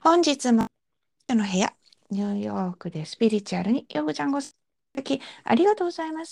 本日もの部屋、ニューヨークでスピリチュアルにヨコちゃんご参加きありがとうございます。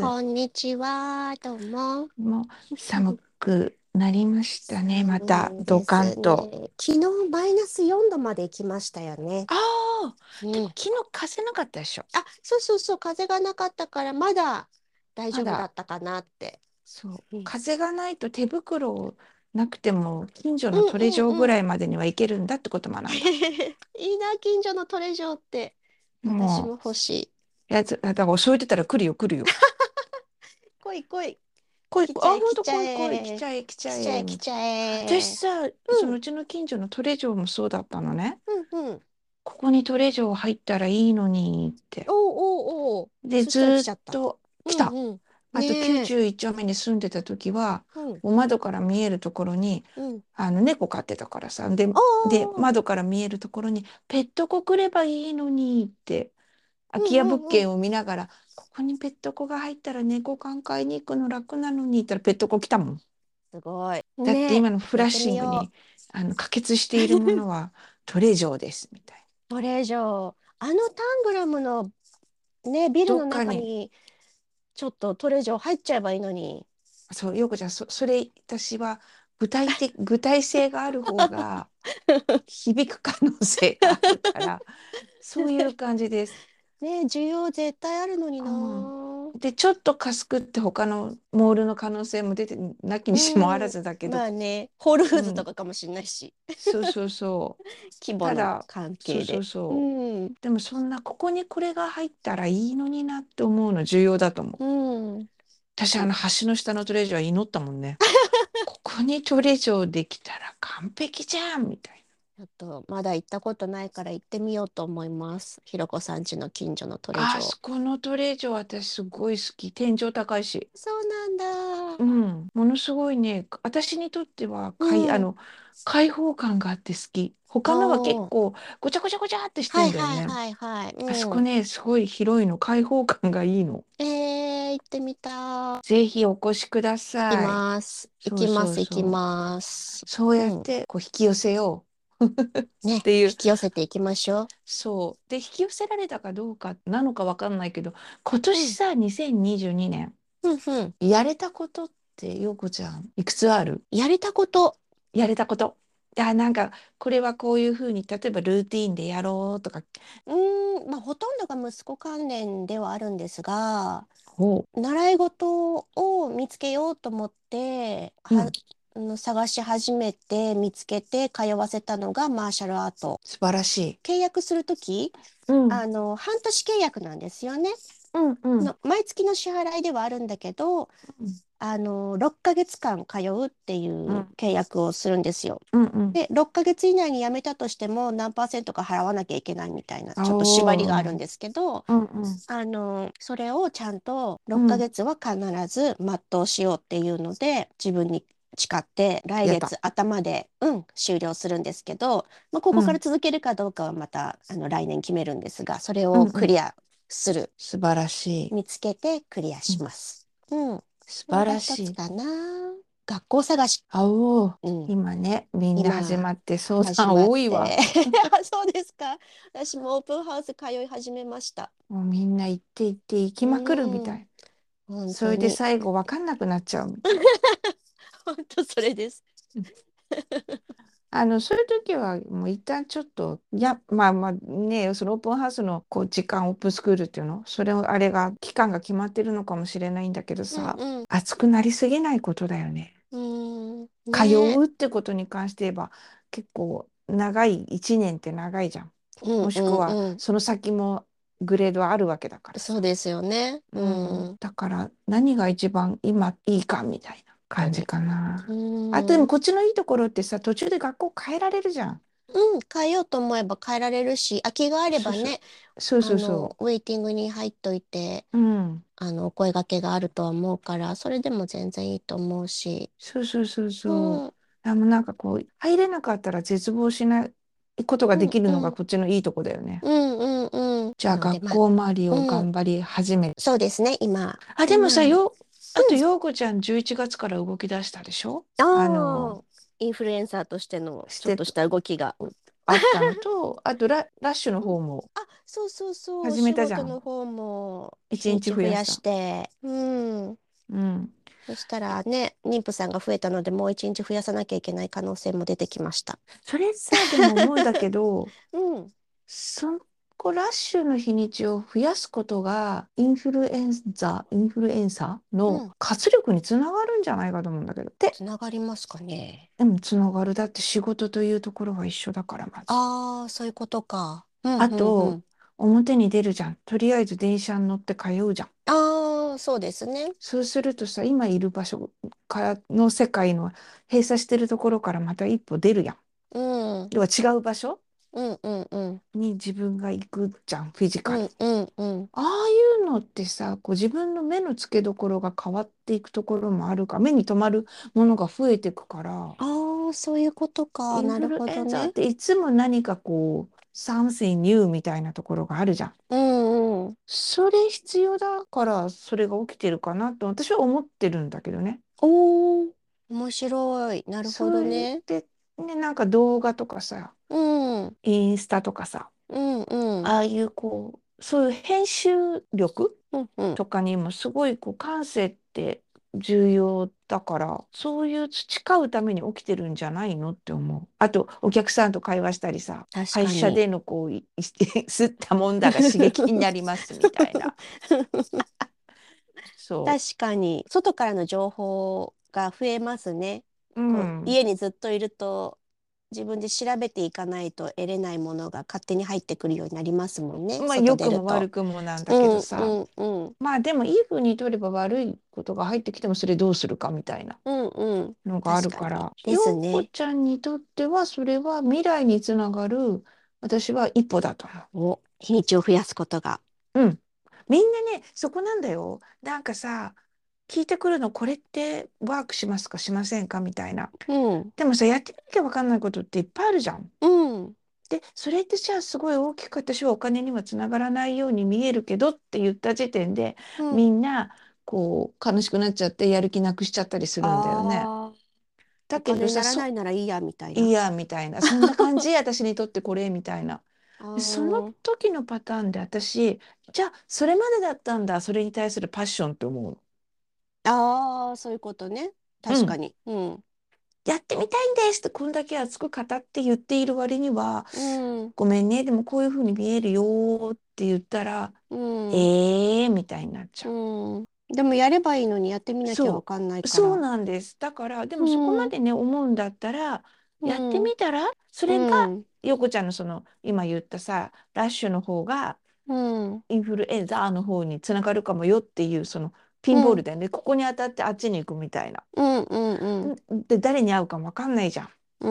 こんにちは、どうも。 もう寒くなりましたね。ま寒たドいですカンと。 ね。昨日マイナス4度まで行きましたよね。 ああ、でもうん。 昨日風なかったでしょ。 あ、そうそうそう、風がなかったからまだ大丈夫だまだ、 ったかなって。 そう、 うん、 風がないと手袋なくても近所うんのトレジョーぐうんうん。 らいまでには行けるんだってこと学んだ。 いいな、近所のトレジョーって。私もも欲しい。 だからそう言ってたら来るよ来るよ。 来い来い。 あ、 来ちゃえほんと来ちゃ来い、来ちえ。 ゃえ、来ちゃ来ちゃえ来ちえ、みたいな。 ゃえ。 私さ、 うん、 うちの近所のトレジョーもそうだったのね。 うんうん。 ここにトレジョー入ったらいいのにって。 おうおうおう。 で、 そしたら来ずーっちゃった。 と来た。 うんうん。 あとねえ。 91丁目に住んでた時は、 うん、 もう窓から見えるところに、 うん。 猫飼ってたからさ。 おで、 ー、 窓から見えるところに、ペットコ来ればいいのにって、空きうん家物うんうん。 件を見ながら、ここにペットコが入ったら猫飼いに行くの楽なのにって言ったらペットコ来たもん。 すごい。 だってねえ、 今のフラッやってみよシングに可決しているものはトレジョーですみたいな。 う。これ以上、あのタングラムのね、ビルどのっかに、 中にちょっとトレジョー入っちゃえばいいのに。 そう、ようこちゃん、それ私は具体性がある方が響く可能性があるから、そういう感じです。 ねえ、需要絶対あるのにな。 うん。で、ちょっとかすくって他のモールの可能性も出てなきにしもあらうん。 ずだけど、 まあね、ホールフーズとうん。 かかもしれないし、 そうそうそう。 規模のただ、そうそう関係で。うそう。 ん。 でもそんな、ここにこれが入ったらいいのになって思うの重要だと思う。 うん。 私、橋の下のトレジョーは祈ったもんね。ここにトレジョーできたら完璧じゃんみたいちょっとまだ行ったことないから行ってみようと思います。ひろこさん家の近所のトレな。 ジョー。 あそこのトレジョー私すごい好き。天井高いし。 そうなんだ。 うん。ものすごいね、私にとってはうん。 開放感があって好き。他のは結おー。 構ごちゃごちゃごちゃってしてはいんだよね。 はいはいはい。うん。 あそこね、すごい広いの。開放感がいいの。 行ってみたい。 ぜひお越しくだ行きさい。 ます。行そうそきます、行きうそう。 ます。 そうやっうん。 てこう引き寄せようっね、 ていう。 引き寄せていきましょそう。で、引き寄せられたかどうかなのかわかんないけど、今う。うん。 年さ、2022年、 うんうん。 やれたことって、ようこちゃん、いくつある？ やれたこと。 やれたこと。なんか、これはこういうふうに、例えばルーティーンでやろうとか。 まあ、ほとんどが息子関連ではあるんですが、 ほ習い事を見つけようと思って、 う。うん。 探し始めて見つけて通わせたのがマーシャルアート。 素晴らしい。 契約するとき、 うん。 半年契約なんですよね。 うんうん。 毎月の支払いではあるんだけど、 うん 6ヶ月間通うっていううん契約をするんですよ。 うんうん。 で、6ヶ月以内に辞めたとしても何パーセントか払わなきゃいけないみたいな、ちょっと縛りがあるんおー。 ですけど、 うんうんそれをちゃんと6 うんヶ月は必ず全うしようっていうので、自分に誓って来やった。 月頭で、終了するんですけど、まあ、ここからうん続けるかどうかはまた来年決めるんですが、それをうんうん。 クリアする。 素晴らしい。 見つけてクリアうん。 します。うん。 素晴それがらしい。 一つかな。学校探し。 おー。 うん。 今ね、みんな始今、 まって相談始まって。 多いわ。 あ、そうですか。私もオープンハウス通い始めました。 もうみんな行って行って行きまくるみうん。 たい。 本それで当に。 最後わかんなくなっちゃうみたい。 本当それです。 うんそういう時はもう一旦ちょっと、まあまあね、そのオープンハウスのこう時間、オープンスクールっていうの、それをあれが、期間が決まってるのかもしれないんだけどうんさ、 うん。 熱くなりすぎないことだよね。 うん。 通ね。 うってことに関して言えば、結構長い、一年って長いじゃん。 うんうもしくはんうん。 その先もグレードはあるわけだからさ。 そうですよね。 ううん。 ん。だから何が一番今いいかみたいな感じ本当に。 かな。あとでうん。 もこっちのいいところってさ、途中で学校変えられるじゃん。 うん。変えようと思えば変えられるし、空きがあれそうそう。 ばね、 そうそうそウェイティングに入っといて、 う。うん。 お声掛けがあるとは思うから、それでも全然いいと思うし。 そうそうそううそう。 ん。 なんかこう、入れなかったら絶望しないことがうできるのんうん。 がこっちのいいとこだよね。 うんうんうん。 じゃあなので、 学校周りをうん。 頑張り始める。 そうですね。今、 あ、でもさ、あと、 うん。 ようこちゃん11月から動き出したでしょ？ ああ、インフルエンサーとしてのして、 ちょっとした動きが。 あったのと、あとラッシュのうん、 方もあ、そうそうそう、お始め仕たじゃん。 事の方も一日日にち増やし増やした。 て、うん。 うん。 そしたらね、妊婦さんが増えたので、もう一日増やさなきゃいけない可能性も出てきました。 それさ、でも思うんだけど、 うん、 そこラッシュの日にちを増やすことが、インフルエンサーのうん。 活力につながるんじゃないかと思うんだけど。で、 つながりますかね。 でもつながる。だって仕事というところは一緒だから、まず。 ああ、そういうことか。うん、 あうん、うと、 ん。 表に出るじゃん。とりあえず電車に乗って通うじゃん。 ああ、そうですね。 そうするとさ、今いる場所からの世界の閉鎖してるところからまた一歩出るやん。 うん、 要は違う場所うん、うん、うん、 に自分が行くじゃん、フィジカル。 うん、うん、うん。 ああいうのってさ、こう自分の目の付けどころが変わっていくところもあるか、目に留まるものが増えていくから、 ああ、そういうことか。なるインフルほどね。 エンザっていつも何かこう、something new みたいなところがあるじゃん。 うん、うん。 それ必要だから、それが起きてるかなと私は思ってるんだけどね。 おー、面白い。なるほそどね。 れで、ね、なんか動画とかさ、 うん、うん、 インスタとかさ、 うん、 ああいうこう、そういう編集力うん、うん。 とかにもすごいこう感性って重要だから、そういう培うために起きてるんじゃないのって思う。あと、お客さんと会話したりさ、 確かに。 会社でのこう、吸ったもんだが刺激になりますみたいな。そ確かに、外からの情報が増えますね。 う。うこう、 ん。 家にずっといると、自分で調べていかないと得れないものが勝手に入ってくるようになりますもんね。 まあ、 外良出ると。 くも悪くもなんだけどうん、 さ。 うん、うん、 まあ、でもいい風に取れば悪いことが入ってきてもそれどうするかみたいな。 うん、うん。 のがあ確かに。 るから、 ですね。 陽子ちゃんにとっては、それは未来につながる、私は一歩だと思お、日にちを増やすことが。 う。うん。みんなね、そこなんだよ。なんかさ、聞いてくるの、これってワークしますか、しませんかみたいな。 うん、 でもさ、やってみなきゃわかんないことっていっぱいあるじゃん。 うん、 で、それってじゃあすごい大きく私はお金にはつながらないように見えるけどって言った時点で、 うん。 みんな、こう、悲しくなっちゃってやる気なくしちゃったりするんだよね。 ああ、おだけどさ、 金にならないならいいや、みたいな。 いいや、みたいな。そんな感じ、私にとってこれ、みたいな。 あでそのー時のパターンで私、じゃあ、それまでだったんだ、それに対するパッションって思う。 あー、そういうことね。 うん。 確かに。うん、 やってみたいんですって、こんだけ熱く語って言っている割には、 うん、 ごめんね、でもこういうふうに見えるよーって言ったら、 うん、 みたいになっちゃう。 うん。でもやればいいのにやってみなきゃわそかんないう。そうから。 なんです。だから、でうもそこまん、 でね、思うんだったら、 うやってん、 みたら、そうれが、 ん、 陽子ちゃんのその、今言ったさ、ラッシュの方が、 うん、うん、 インフルエンザの方につながるかもよっていう、その、ピンボールうん、 だよね。ここに当たってあっちに行くみたいな。 うん、うん、 で、誰に会うかもわかんないじゃん。 うん、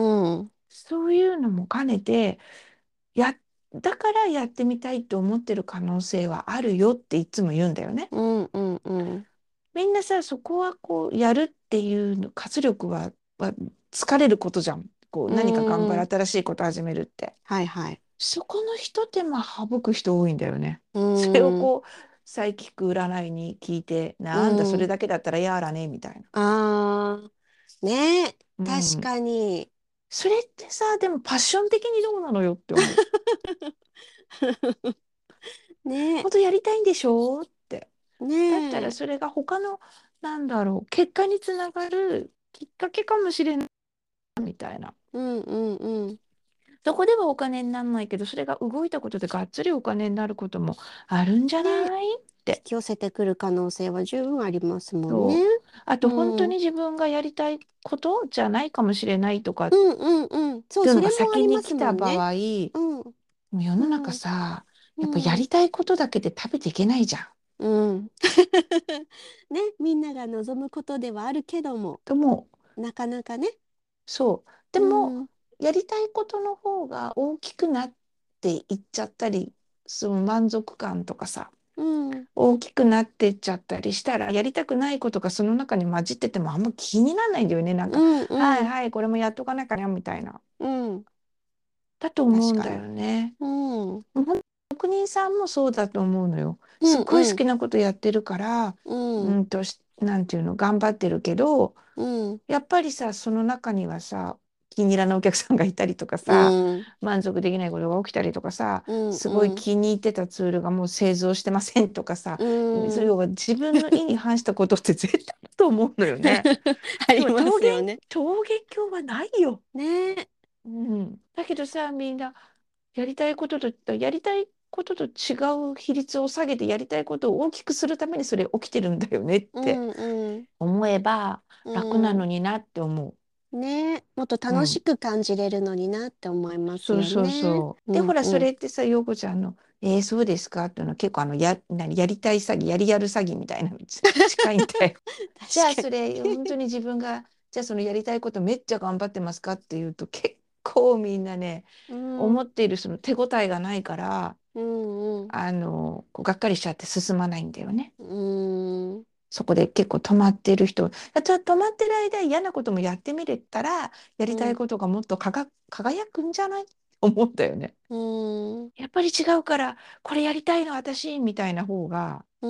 そういうのも兼ねて、や、だからやってみたいと思ってる可能性はあるよっていつも言うんだよね。 うん、うん、うん。 みんなさ、そこはこう、やるっていうの活力は疲れることじゃん。こう、 う何か頑張る、 ん、 新しいこと始めるって。 はいはい。 そこの一手間省く人多いんだよね。 うそれをん、 こう、サイキック占いに聞いて、 うなんだ、それん。 だけだったらやらね、みたいな。 ああ、ねえ、 う確ん。 かに。 それってさ、でもパッション的にどうなのよって思う。 ねえ、 本当やりたいんでしょって。 ねだったらえ、 それが他の、なんだろう、結果につながるきっかけかもしれないみたいな。 うんうんうん。 そこではお金にならないけど、それが動いたことでがっつりお金になることもあるんじゃねえ、 ないって。 引き寄せてくる可能性は十分ありますもんね。 そう。あと、本当うん。うんに自分がやりたいことじゃないかもしれないとかっうんうん。そう、 ていうのがそれもあ先にります来た場合、 もんね。 もうん。 う世の中うん。 さ、やっぱやうん。 りたいことだけで食べていけないじゃん。 うん。ね、みんなが望むことではあるけども、 とも、 なかなかね。 そう。でうも、 ん。 やりたいことの方が大きくなっていっちゃったり、その満足感とかさ、 うん。 大きくなってっちゃったりしたら、やりたくないことがその中に混じっててもあんま気にならないんだよね。なんか、 うんうん。 はいはい、これもやっとかなきゃな、みたいな。 うん。 だと思うんだ確かに。 よね。 うん。 ほん職人さんもそうだと思うのよ。 うんすっごいうん。 好きなことやってるから、 うん。 なんていうの、頑張ってるけど、 うん。 やっぱりさ、その中にはさ、 気に入らないお客さんがいたりとかうさ、 ん、 満足できないことが起きたりとかさ、 うん、 すごいうん、 気に入ってたツールがもう製造してませんとかさ、 うん。 そう要は自分の意に反したことって絶対あると思うのよね。 ありまでもすよね。 桃源郷はないよ。 ねえ。 うん。だけどさ、みんなやりたいことと違う比率を下げてやりたいことを大きくするためにそれ起きてるんだよねってうん、うん、 思えばう楽なのん。 になって思ねえ。もっとう。うん。 楽しく感じれるのになって思いますよそうそうね。 そう。で、ほうん、 ら、そうん。 れってさ、陽子ちゃんの、そうですかっていうのは結構やりたい詐欺、やる詐欺みたいなのに近いんだよ。じゃあ、 確かに。 それ、本当に自分が、じゃあ、そのやりたいことめっちゃ頑張ってますかっていうと、結構みんなね、 うん、 思っているその手応えがないから、 うん、うん。 こうがっかりしちゃって進まないんだよね。 うーん、 そこで結構止まってる人、あとは止まってる間嫌なこともやってみれたら、やりたいうん、 ことがもっと輝くんじゃないと思うんだよね。 うん、 やっぱり違うから、これやりたいの私みたいな方がうん。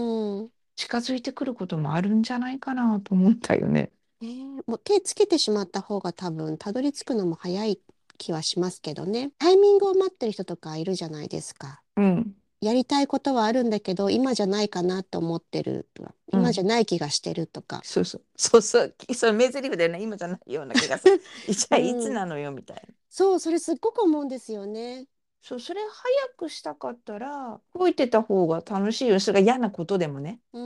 近づいてくることもあるんじゃないかなと思ったよね。 もう手つけてしまった方が多分たどり着くのも早い気はしますけどね。タイミングを待ってる人とかいるじゃないですか。 うん、 やりたいことはあるんだけど、今じゃないかなと思ってるとか、今じゃうん。 ない気がしてるとか。 そうそう。そうそう。それ名台詞だよね。今じゃないような気がする。じゃあいつうん。 なのよみたいな。 そう、それすっごく思うんですよね。 そう、それ早くしたかったら、動いてた方が楽しいよ。それが嫌なことでもね。 うん、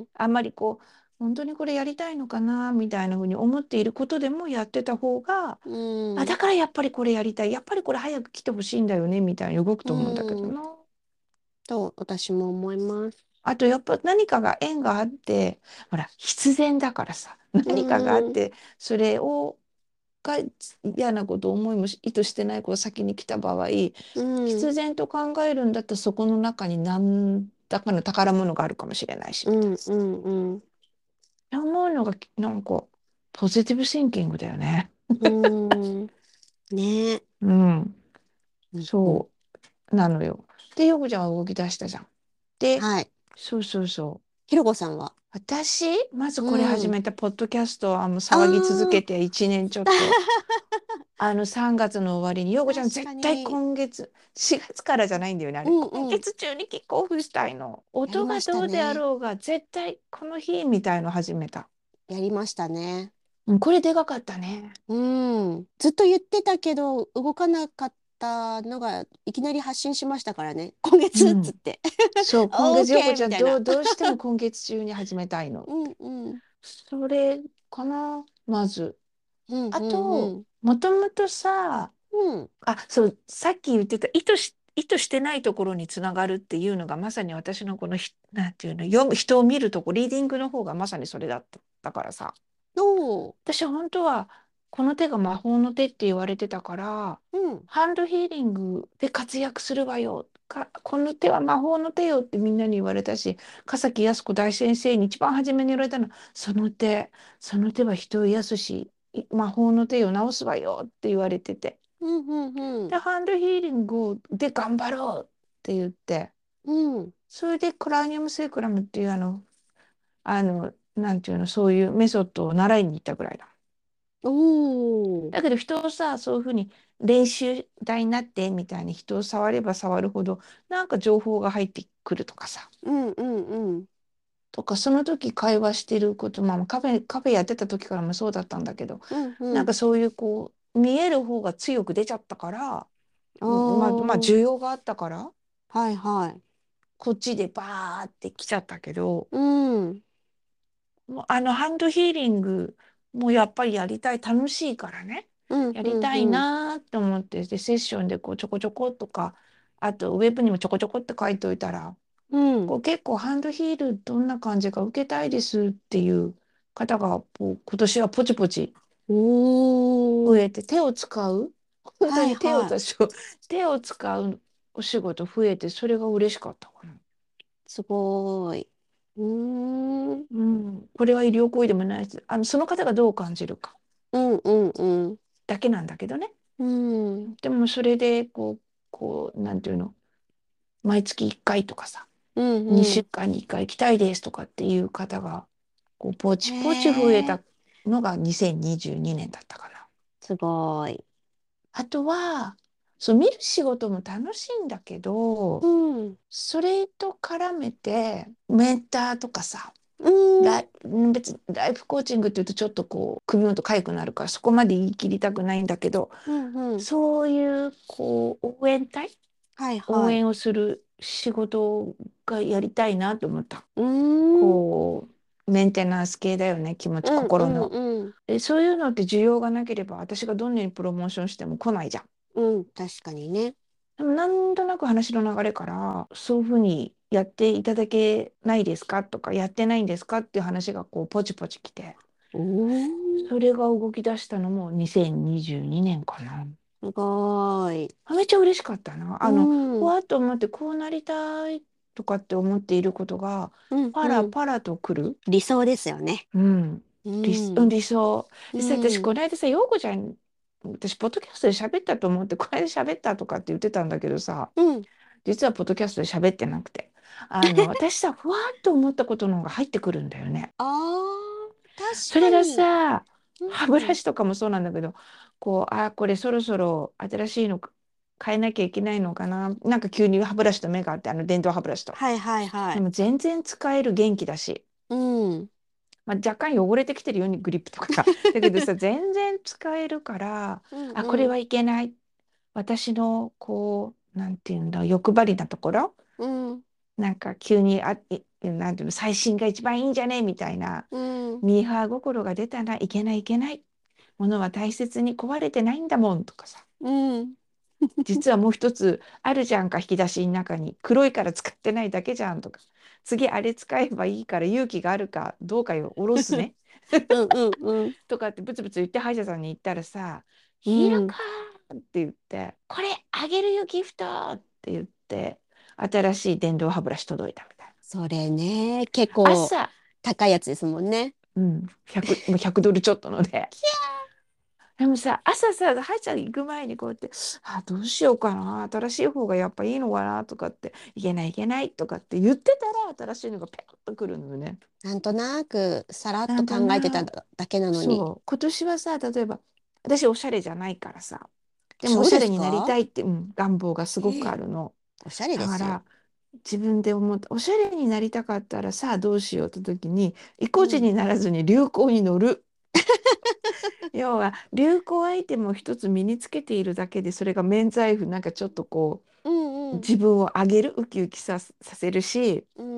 あんまりこう、本当にこれやりたいのかなみたいな風に思っていることでもやってた方が、 うあ、だん、 からやっぱりこれやりたい。やっぱりこれ早く来てほしいんだよねみたいに動くうと思うんだけどん、 な。 と私も思います。 あとやっぱ何かが縁があって、ほら、必然だからさ、 う何かがあっん、 て、それを、が嫌なこと、思いも意図してないこと先に来た場合、 うん、 必然と考えるんだったらそこの中に何らかの宝物があるかもしれないし、みたいうん、うん、うん。 な。思うのが、なんか、ポジティブシンキングだよね。 うーん、ねえ。 うん、 うん、うん。 そうなのよ。で、ヨコちゃんは動き出したじゃん。で、 はい。 そうそうそう。 ひろこさんは？ まずうこれ始ん。 めたポッドキャストはあ騒ぎ続けあ、 て1年ちょっと。3月の終わりに、ようこちゃん確絶対かに。 今月、4月からじゃないんだよね、あうれ。今んうん。 月中にキックオフしたいの。音やりましたがどうであね。 ろうが、絶対この日みたいの始めた。 やりましたね。 うん、これでかかったね。 うん。ずっと言ってたけど、動かなかったのが、いきなり発信しましたからね。今月っつっうん。 て。 そう、今月よこ OK! ちゃんみたいな。 どうしても今月中に始めたいの。 うんうん。 それかな、まず。 うんあと、 うんうん。 もともとさ、 うん。 そう、さっき言ってた意図してないところにつながるっていうのがまさに私のこのなんていうの、人を見るとこ、リーディングの方がまさにそれだった。だからさ、 おー。 私本当はこの手が魔法の手って言われてたから、 うん。 ハンドヒーリングで活躍するわよ。この手は魔法の手よってみんなに言われたし、笠木靖子大先生に一番初めに言われたの、その手は人を癒すし、魔法の手を治すわよって言われてて。 うんうんうで、 ん。 ハンドヒーリングで頑張ろうって言って、 うん。 それでクライニウムセークラムっていうなんていうの、そういうメソッドを習いに行ったぐらいだ。 おー。 だけど人をさ、そういうふうに練習台になってみたいに人を触れば触るほど、なんか情報が入ってくるとかさ、 うんうんうん。 とか、その時会話してること、まあカフェやってた時からもそうだったんだけど、 うんうん。 なんかそういうこう、見える方が強く出ちゃったから、 あまあー。 需要があったから、 はいはい。 こっちでバーって来ちゃったけど、 うん。うんもうハンドヒーリングもやっぱりやりたい、楽しいからね。 うんやりたいうん。 なーって思って、で、セッションでこうちょこちょことか、あとウェブにもちょこちょこって書いといたら、 うん。 こう結構ハンドヒールどんな感じか受けたいですっていう方がこう今年はポチポチ増おー。 えて、手を使う、本当にはいはい。 手を使うお仕事増えて、それが嬉しかったかな。 すごーい。うーん。 うん、これは医療行為でもないです。その方がどう感じるかうんうんうん。 だけなんだけどね。 うん。うんでもそれでなんていうの、毎月1回とかさ、2週うん。 間に1回行きたいですとかっていう方が、こうポへチポチ増ええ。 たのが2022年だったかな。 すごーい。 あとは、そう、見る仕事も楽しいんだけうど、 ん。 それと絡めて、メンターとかさ、 うん。 別にライフコーチングって言うとちょっとこう、首元かゆくなるから、そこまで言い切りたくないんだけど、 うんうん。 そういう、こう、応援隊はいはい。 応援をする仕事がやりたいなと思った。 うーん。 こメンテナンス系だよね、気持ち、 うんう心の。 んうん。 そういうのって需要がなければ、私がどんなにプロモーションしても来ないじゃん。 うん。確かにね。 でもなんとなく話の流れから、そういうふうにやっていただけないですかとか、やってないんですかっていう話がこうポチポチ来て、 うーん。 それが動き出したのも2022年かな。 すごーい。 めっちゃ嬉しかったな。 うふん。 わっと思ってこうなりたいとかって思っていることが、 うんパうん。 ラパラと来る。 理想ですよね。 うん。 うん。 理想。 うでさ、私、 ん。 この間さ、陽子ちゃん、私、ポッドキャストで喋ったと思って、この間喋ったとかって言ってたんだけどさ、 うん。 実はポッドキャストで喋ってなくて。私さ、ふわっと思ったことの方が入ってくるんだよね。 ああ、確それがかに。 さ、歯ブうん。 ラシとかもそうなんだけど、こう、これそろそろ新しいの変えなきゃいけないのかな。なんか急に歯ブラシと目があって、電動歯ブラシと。 はいはいはい。 でも全然使える元気だし。 うん。 まあ、若干汚れてきてるようにグリップとかが。だけどさ、全然使えるから、 うんこれうん。 はいけない。私の、こう、なんていうんだ、欲張りなところ。 うん。 なんか急に、なんていうの、最新が一番いいんじゃねみたいな、 うん。 ミーハー心が出たらいけないいけない。ものは大切に壊れてないんだもんとかさ。 うん。 実はもう一つあるじゃんか、引き出しの中に。黒いから使ってないだけじゃんとか。次あれ使えばいいから勇気があるかどうかよ、おろすね。 うんうんうん。 とかってブツブツ言って歯医者さんに行ったらさ、 うひろかん。 ーって言って、これあげるよギフトって言って、新しい電動歯ブラシ届いたみたいな。 それね、結構朝、 高いやつですもんね。 うん、もう100ドルちょっとので。でもさ、朝さ、歯医者行く前にこうやって、どうしようかな、新しい方がやっぱいいのかなとかって、いけないいけないとかって言ってたら、新しいのがペロッとくるのよね。 なんとなくさらっとなんだ考えてたな、 だけなのに。 そう、今年はさ、例えば、私おしゃれじゃないからさ、でもおそうしゃれになりですか？ たいって、願望がすごくあええ、 るの。 おしゃれですよ。 だから、自分で思った、おしゃれになりたかったらさあどうしようって時に、意固地うん。 にならずに流行に乗る。要は流行アイテムを一つ身につけているだけで、それが免罪符、なんかちょっとこうんうん。 う自分を上げる、ウキウキさせるし、 うん。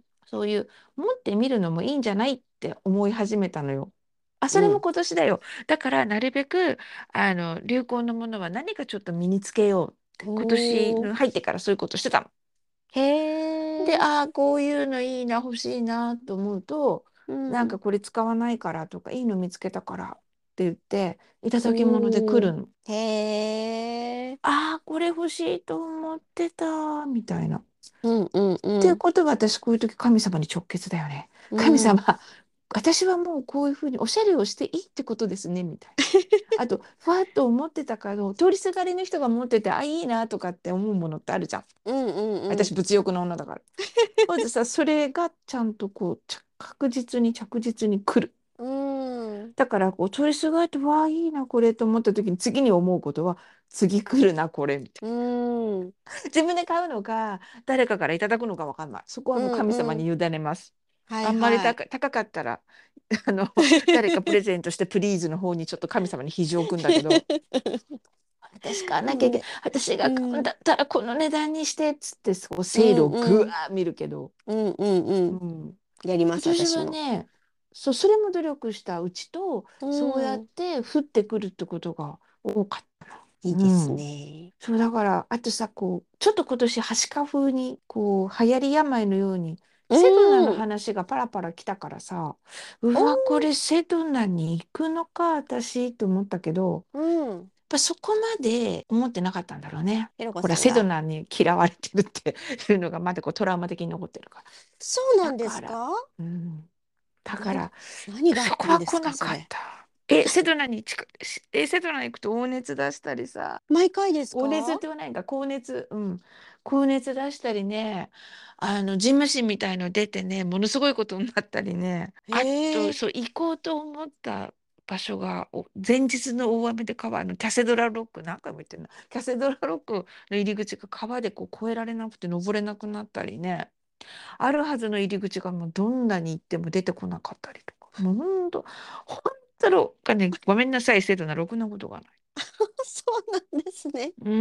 そういう持ってみるのもいいんじゃないって思い始めたのよ。それもうん。 今年だよ。だからなるべく流行のものは何かちょっと身につけようって、今年おー。 の入ってからそういうことしてたへの。で、 え。 こういうのいいな、欲しいなと思うと、 うなんん。 かこれ使わないからとか、いいの見つけたからって言って、いただき物で来おー。 るの。 へえ。 これ欲しいと思ってた、みたいな。っうんうんていううん。 ことは私こういう時神様に直結だよね。 う神様、 ん。 私はもうこういうふうにおしゃれをしていいってことですね、みたいな。あと、ふわっと思ってたから、通りすがりの人が持ってて、いいなとかって思うものってあるじゃん。 うんうんうん。 私、物欲の女だから。まずさ、それがちゃんとこう、確実に着実に来る。 うん。 だから、こう、通りすがって、わあ、いいな、これと思った時に、次に思うことは、次来るな、これ、みたいうん。 な。自分で買うのか、誰かからいただくのかわかんない。そこはうもう神様んうん。 に委ねます。 はいあんまりはい。 高かったら、あの、誰かプレゼントしてプリーズの方にちょっと神様に肘を置くんだけど、私買わなきゃいけない。 うん。 私が買うんうん。 だったらこの値段にしてっつって、そううセールをぐわんうん。 ー見るけど、 うんうんうん。 うん。 やります、 今年私も。 はね、それも努力したうちと、 うそうやっん。 て降ってくるってことが多かった。 いいですうん。 ね。 そうだから、あとさ、こう、ちょっと今年、はしか風に、こう、流行り病のように、 うセドナのん。 話がパラパラ来たからさ、うおわ、こー。 れセドナに行くのか、私、と思ったけど、 うん。 ぱそこまで思ってなかったんだろうね。 ひろこほら、セドさんが。 ナに嫌われてるっていうのがまだこうトラウマ的に残ってるから。 そうなだんでから、 すか？ うん。だかな、 ら、 何があっそこたんですか、 は来なそれ。 かった。セドナ行くと大熱出したりさ、 毎回です大熱っか？ て言わないんか、高熱、高熱出したりね、ジンマシンみたいの出てね、ものすごいことになったりね、あと、 へえ。 そう、行こうと思った場所が前日の大雨で川のキャセドラロック何回も言ってるな、キャセドラロックの入り口が川でこう越えられなくて登れなくなったりね、あるはずの入り口がもうどんなに行っても出てこなかったりとか、もうほんとね、ごめんなさい、セドナ、ろくなことがない。 そうなんですね。 うん。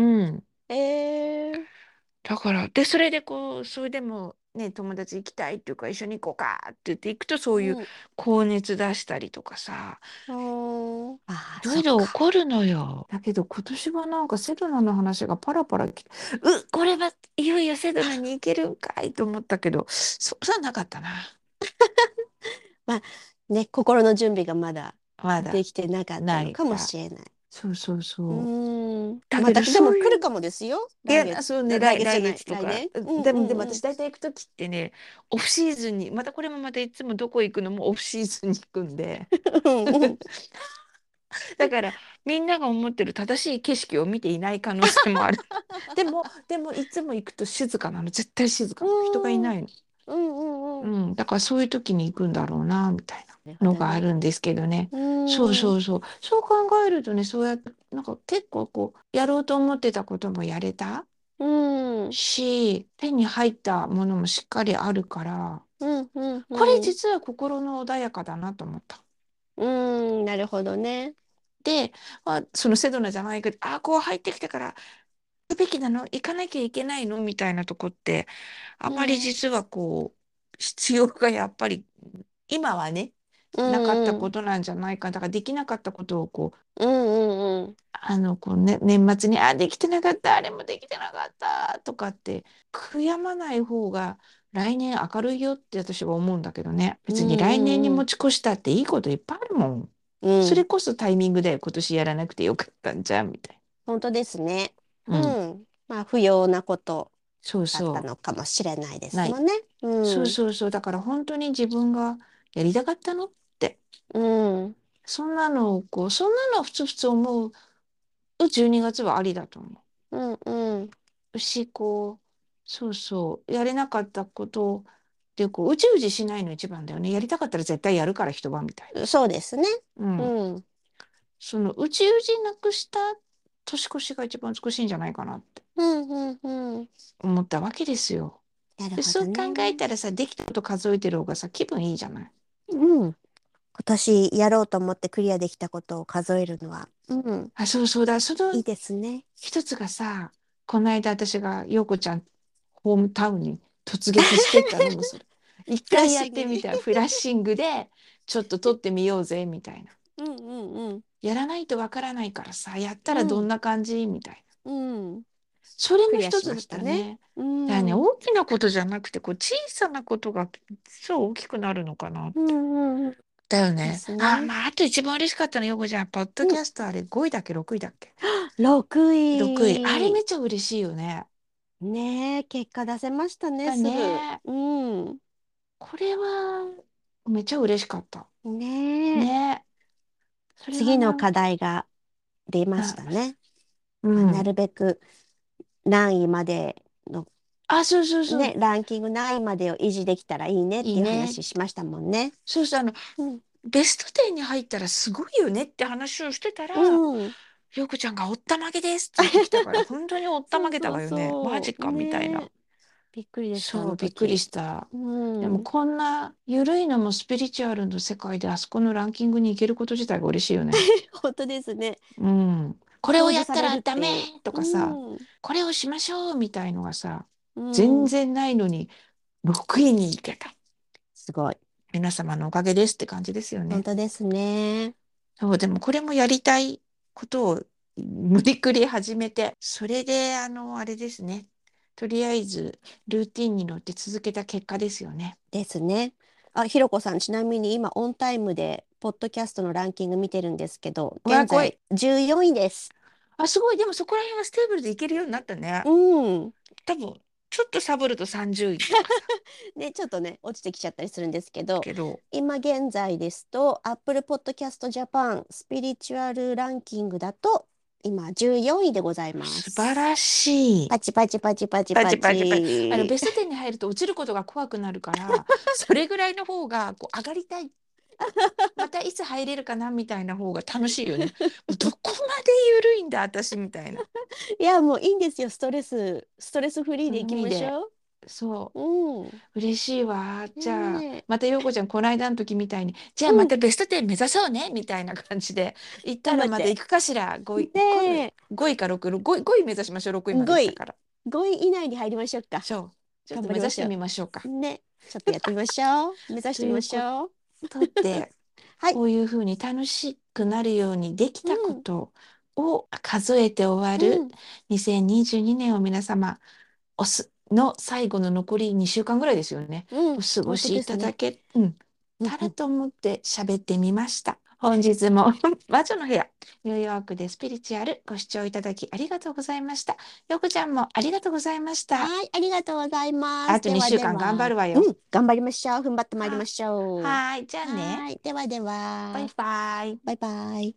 えー、 だから、で、それでこう、それでもね、友達行きたいっていうか、一緒に行こうかって言って行くと、そういううん。 高熱出したりとかさ、 ああ、 いろいろ起そっか。 こるのよ。だけど今年はなんかセドナの話がパラパラ来て、これはいよいよセドナに行けるんかいと思ったけど、そうじゃなかったな。 まあね、心の準備がまだまだできてなかったのかもないか。 しれない。 そうそううそう。 ーん。 だけどまた、でもそういう、 来るかもですよ。 いや、 来月。 そうね、来来月じゃない。 月とか。 来年。うんでもうんうん。 私大体行くときってね、オフシーズンに、またこれもまたいつもどこ行くのもオフシーズンに行くんで。 うんうん。 だからみんなが思ってる正しい景色を見ていない可能性もある。でもいつも行くと静かなの。絶対静かなの。人がいうんないの。 うんうんうん。 うん。だからそういう時に行くんだろうな、みたいなるほなのどね。 があるんですけどね。 うそうーん。 そうそう。そう考えるとね、そうやって、なんか結構こう、やろうと思ってたこともやれたうんし、手に入ったものもしっかりあるから、 うんうんこれうん。 実は心の穏やかだなと思った。 うーん。なるほどね。 で、そのセドナじゃないけど、こう入ってきたから、行くべきなの行かなきゃいけないのみたいなとこって、あまりうん。 実はこう、必要がやっぱり、今はね、 うなかったんうん。 ことなんじゃないか。だからできなかったことをこう、 うんうんこうね、年末に、できてなかった、あれもできてなかったとかって、悔やまない方が来年明るいよって私は思うんだけどね。 うん。 別に来年にうんうん持ち越したっていいこといっぱいあるもん。 うん。 それうん。 こそタイミングで今年やらなくてよかったんじゃんみたい本当ですね。 な。うん。 うん。まあ、不要なことそうだったそのかもしれないでう。ない。 すもんね。うん。 そうそうそう。だから本当に自分がやりたかったのって、 うん。 そんなのふつふつ思う12月はありだと思うんうん。 うし、そうそう、やれなかったことで、うじうじしないの一番だよね。やりたかったら絶対やるから一晩みたいそうですね。 な。うん。 うん。 そのうじうじなくした年越しが一番美しいんじゃないかなってうんうんうん。 思ったわけですよ。で、 なるほそう考どね。 えたらさ、できたこと数えてる方がさ、気分いいじゃない。 うん。今年やろうと思ってクリアできたことを数えるのは、うん。 そうそうだ。そのいいですね。 一つがさ、この間私が陽子ちゃんホームタウンに突撃してったのもそれ。一フラッ回やっシングに。 てみたフラッシングでちょっと撮ってみようぜみたいな。 うんうんうん。 やらないとわからないからさ、やったらどんうん。 な感じみたいな。 うん。 それもクリアし一つだっましたね。 たね。 うだからね、 ん。うん大きなことじゃなくて、小さなことが実は大きくなるのかな。 うんうん。でだよね。 すね。 あと一番嬉しかったのよ、こちゃん。ポッドうん。 キャストあれ5位だっけ、6位だっけ。 6 6位。あれめ位。 っちゃ嬉しいよね。 ねえ、結果出せましたね、 だすぐ。 ね。 うん。 これはめっちゃ嬉しかった。 ねえ。 ね。それは次の課題が出ましな、 たね。 うまあ、なん。 るべく何位までのそうそうそね、 う。 ランキング何位までを維持できたらいいねっていういいね。 話しましたもんね。 そうそう、 うん。 ベスト10に入ったらすごいよねって話をしてたうら、 ん。 ようこちゃんがおったまげですって言ってきたから、本当におったまげたそうそうわよね。マジそう。 かみたいな。 ねえ。びっくりでした、あそう、びっくりの時。 した。 うでもん。 こんな緩いのもスピリチュアルの世界であそこのランキングに行けること自体が嬉しいよね。 本当ですね。 うん。これをやった表示されるらダメっていう。 とかさ、 うん。 これをしましょうみたいのがさ、 うん。 全然ないのに6位に行けた。 すごい。 皆様のおかげですって感じですよね。 本当ですね。 そう、でもこれもやりたいことを無理くり始めて、それで、あれですね。とりあえず、ルーティンに乗って続けた結果ですよね。 ですね。あ、ひろこさん、ちなみに今、オンタイムで、ポッドキャストのランキング見てるんですけど、 うわ、 現在来い。 14位です。 すごい。でもそこら辺はステーブルでいけるようになったね。 うん。 多分、ちょっとサボると30位とかさ。 ね、ちょっとね、落ちてきちゃったりするんですけど、 けど、 今現在ですと、Apple Podcast Japan スピリチュアルランキングだと、今14位でございま素晴らす。 しい。 パチパチパチパチパパチパチパチ。 チ。 ベスト10に入ると落ちることが怖くなるから、それぐらいの方がこう上がりたい。 またいつ入れるかなみたいな方が楽しいよね。もうどこまで緩いんだ、私みたいな。 いや、もういいんですよ。ストレスフリーでいき海で。 ましょそう。うん。 う。嬉しいわ。じゃあ、 ねえ。 また陽子ちゃん、この間の時みたいに、じゃあうん。 またベスト10目指そうねみたいな感じで、行った頑張って。 らまだ行くかしら。5位、 ね 5位か6位、5位目指しましょう。6位え。 まで行 5位。 ったから。 5位以内に入りましょうか。 そう。ちょっ頑と目指して張りましょみましょうか。 う。ね。ちょっとやってみましょう。目指してみまというこしょう。 とで、 はい。 こういうふうに楽しくなるようにできたこうん。 とを数えて終わるうん。 2022年を皆様、の最後の残り2週間ぐらいですよね。 うん。 お過ご本当しいですね。 ただけ、 うんうん。 たらと思って喋ってみました。本日も魔女の部屋、ニューヨークでスピリチュアルご視聴いただきありがとうございました。よこちゃんもありがとうございました。 はい。ありがとうございます。 あとでは 2週間頑張では。 るわよ。 うん。頑張りましょう。踏ん張ってまいりまは、 しょう。 はーい、じゃあね。 はい。ではでバイは。 バイ。 バイバイ。